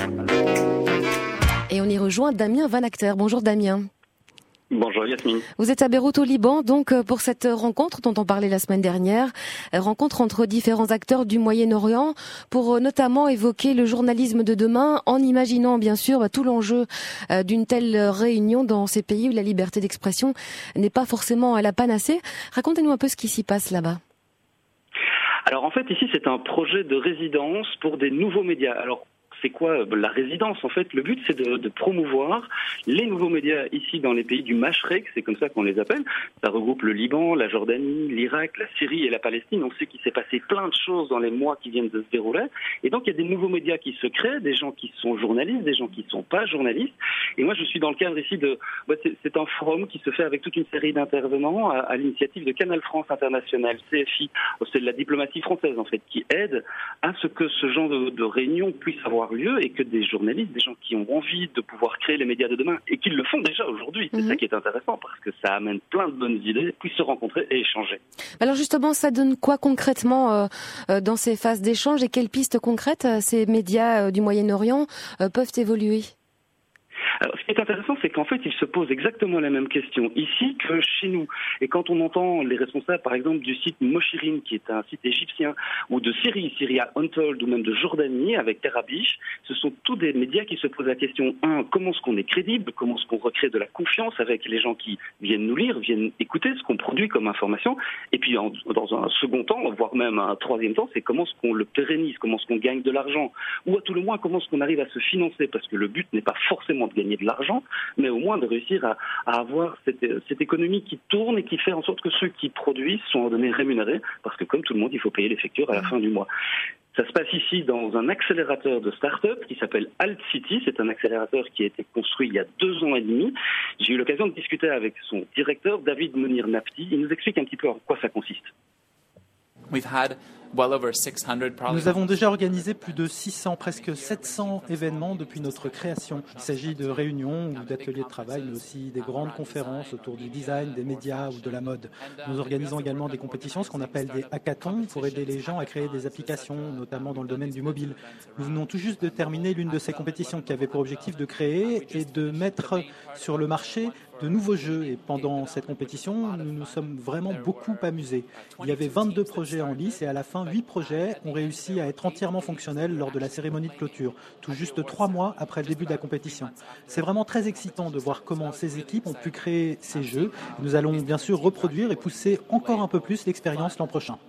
Et on y rejoint Damien Van Acter. Bonjour Damien. Bonjour Yasmine. Vous êtes à Beyrouth au Liban, donc pour cette rencontre dont on parlait la semaine dernière, rencontre entre différents acteurs du Moyen-Orient, pour notamment évoquer le journalisme de demain, en imaginant bien sûr tout l'enjeu d'une telle réunion dans ces pays où la liberté d'expression n'est pas forcément à la panacée. Racontez-nous un peu ce qui s'y passe là-bas. Alors en fait ici c'est un projet de résidence pour des nouveaux médias. Alors c'est quoi la résidence? En fait, le but, c'est de promouvoir les nouveaux médias ici dans les pays du Mashrek, c'est comme ça qu'on les appelle. Ça regroupe le Liban, la Jordanie, l'Irak, la Syrie et la Palestine. On sait qu'il s'est passé plein de choses dans les mois qui viennent de se dérouler. Et donc, il y a des nouveaux médias qui se créent, des gens qui sont journalistes, des gens qui ne sont pas journalistes. Et moi, je suis dans le cadre ici c'est un forum qui se fait avec toute une série d'intervenants à l'initiative de Canal France International, CFI. C'est de la diplomatie française, en fait, qui aide à ce que ce genre de réunion puisse avoir lieu et que des journalistes, des gens qui ont envie de pouvoir créer les médias de demain et qui le font déjà aujourd'hui, c'est ça qui est intéressant parce que ça amène plein de bonnes idées, puissent se rencontrer et échanger. Alors justement, ça donne quoi concrètement dans ces phases d'échange et quelles pistes concrètes ces médias du Moyen-Orient peuvent évoluer ? Alors, ce qui est intéressant, c'est qu'en fait, ils se posent exactement la même question ici que chez nous. Et quand on entend les responsables, par exemple, du site Moshirin, qui est un site égyptien, ou de Syrie, Syria Untold, ou même de Jordanie, avec Terabich, ce sont tous des médias qui se posent la question, comment est-ce qu'on est crédible, comment est-ce qu'on recrée de la confiance avec les gens qui viennent nous lire, viennent écouter ce qu'on produit comme information, et puis dans un second temps, voire même un troisième temps, c'est comment est-ce qu'on le pérennise, comment est-ce qu'on gagne de l'argent, ou à tout le moins, comment est-ce qu'on arrive à se financer, parce que le but n'est pas forcément de gagner de l'argent, mais au moins de réussir à avoir cette économie qui tourne et qui fait en sorte que ceux qui produisent sont donnés rémunérés, parce que comme tout le monde, il faut payer les factures à la fin du mois. Ça se passe ici dans un accélérateur de start-up qui s'appelle Alt City. C'est un accélérateur qui a été construit il y a 2 ans et demi. J'ai eu l'occasion de discuter avec son directeur, David Monir Nafti. Il nous explique un petit peu en quoi ça consiste. Nous avons déjà organisé plus de 600, presque 700 événements depuis notre création. Il s'agit de réunions ou d'ateliers de travail, mais aussi des grandes conférences autour du design, des médias ou de la mode. Nous organisons également des compétitions, ce qu'on appelle des hackathons, pour aider les gens à créer des applications, notamment dans le domaine du mobile. Nous venons tout juste de terminer l'une de ces compétitions qui avait pour objectif de créer et de mettre sur le marché de nouveaux jeux. Et pendant cette compétition, nous nous sommes vraiment beaucoup amusés. Il y avait 22 projets en lice et à la fin, 8 projets ont réussi à être entièrement fonctionnels lors de la cérémonie de clôture, tout juste 3 mois après le début de la compétition. C'est vraiment très excitant de voir comment ces équipes ont pu créer ces jeux. Nous allons bien sûr reproduire et pousser encore un peu plus l'expérience l'an prochain.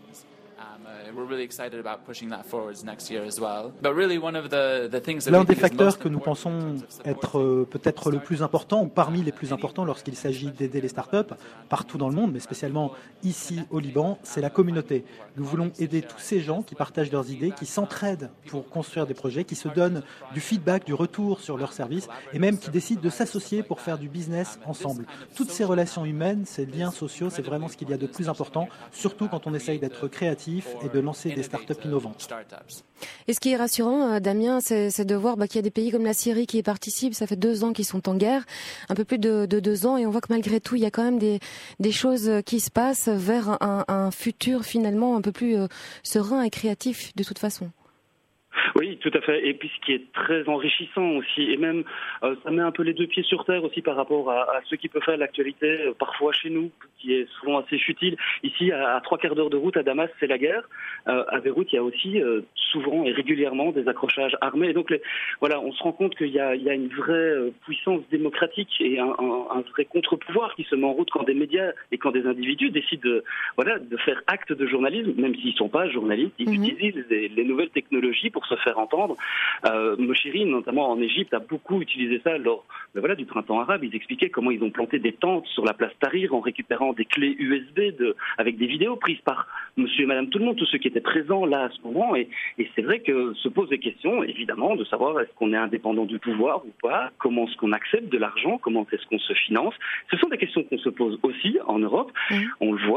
L'un des facteurs que nous pensons être peut-être le plus important, ou parmi les plus importants lorsqu'il s'agit d'aider les startups, partout dans le monde, mais spécialement ici au Liban, c'est la communauté. Nous voulons aider tous ces gens qui partagent leurs idées, qui s'entraident pour construire des projets, qui se donnent du feedback, du retour sur leurs services, et même qui décident de s'associer pour faire du business ensemble. Toutes ces relations humaines, ces liens sociaux, c'est vraiment ce qu'il y a de plus important, surtout quand on essaye d'être créatif et de lancer des startups innovantes. Et ce qui est rassurant, Damien, c'est de voir qu'il y a des pays comme la Syrie qui y participent. Ça fait 2 ans qu'ils sont en guerre, un peu plus de 2 ans, et on voit que malgré tout, il y a quand même des choses qui se passent vers un futur finalement un peu plus serein et créatif de toute façon. Oui, tout à fait. Et puis ce qui est très enrichissant aussi, et même ça met un peu les 2 pieds sur terre aussi par rapport à ce qui peut faire l'actualité parfois chez nous, qui est souvent assez futile. Ici, à 3/4 d'heure de route à Damas, c'est la guerre. À Beyrouth, il y a aussi souvent et régulièrement des accrochages armés. Et donc, on se rend compte qu'il y a une vraie puissance démocratique et un vrai contre-pouvoir qui se met en route quand des médias et quand des individus décident de faire acte de journalisme, même s'ils ne sont pas journalistes, ils utilisent les nouvelles technologies pour se faire entendre. Moshirin, notamment en Égypte, a beaucoup utilisé ça lors du printemps arabe. Ils expliquaient comment ils ont planté des tentes sur la place Tahrir en récupérant des clés USB avec des vidéos prises par monsieur et madame tout le monde, tous ceux qui étaient présents là à ce moment. Et c'est vrai que se posent des questions, évidemment, de savoir est-ce qu'on est indépendant du pouvoir ou pas, comment est-ce qu'on accepte de l'argent, comment est-ce qu'on se finance. Ce sont des questions qu'on se pose aussi en Europe. On le voit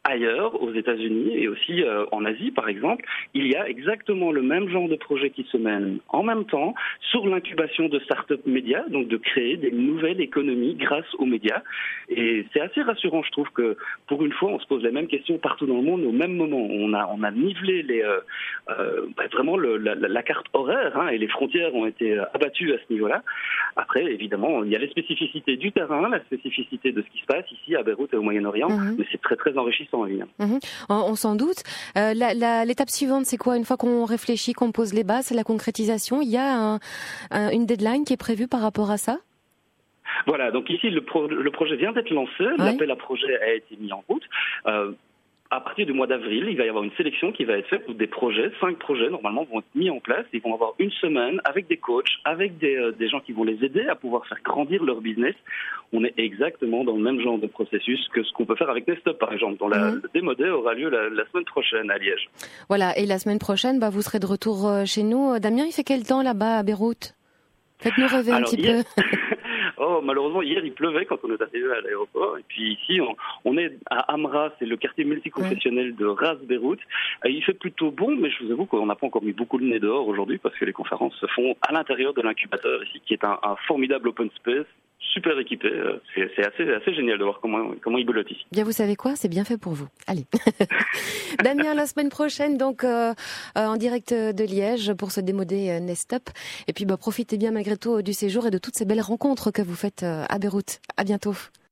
ailleurs, aux États-Unis et aussi en Asie par exemple, il y a exactement le même genre de projet qui se mène en même temps sur l'incubation de start-up médias, donc de créer des nouvelles économies grâce aux médias. Et c'est assez rassurant, je trouve, que pour une fois, on se pose les mêmes questions partout dans le monde au même moment. On a nivelé vraiment la carte horaire, hein, et les frontières ont été abattues à ce niveau-là. Après, évidemment, il y a les spécificités du terrain, la spécificité de ce qui se passe ici à Beyrouth et au Moyen-Orient, mais c'est très très enrichissant, évidemment. On s'en doute. L'étape suivante, c'est quoi? Une fois qu'on réfléchit, qu'on pose les bases, c'est la concrétisation. Il y a une deadline qui est prévue par rapport à ça? Voilà, donc ici le projet vient d'être lancé, l'appel à projet a été mis en route. À partir du mois d'avril, il va y avoir une sélection qui va être faite où des projets, 5 projets normalement vont être mis en place. Ils vont avoir une semaine avec des coachs, avec des gens qui vont les aider à pouvoir faire grandir leur business. On est exactement dans le même genre de processus que ce qu'on peut faire avec Nestop par exemple, dont le Demo Day aura lieu la semaine prochaine à Liège. Voilà, et la semaine prochaine, vous serez de retour chez nous. Damien, il fait quel temps là-bas à Beyrouth? Faites-nous rêver un petit peu. Oh, malheureusement, hier, il pleuvait quand on est arrivé à l'aéroport. Et puis ici, on est à Amra, c'est le quartier multiconfessionnel de Ras Beyrouth. Il fait plutôt bon, mais je vous avoue qu'on n'a pas encore mis beaucoup le nez dehors aujourd'hui parce que les conférences se font à l'intérieur de l'incubateur ici, qui est un formidable open space. Super équipé, c'est assez génial de voir comment il boulotte ici. Bien, vous savez quoi, c'est bien fait pour vous. Allez. Damien, la semaine prochaine, donc en direct de Liège pour ce Demo Day Nestop. Et puis profitez bien malgré tout du séjour et de toutes ces belles rencontres que vous faites à Beyrouth. À bientôt.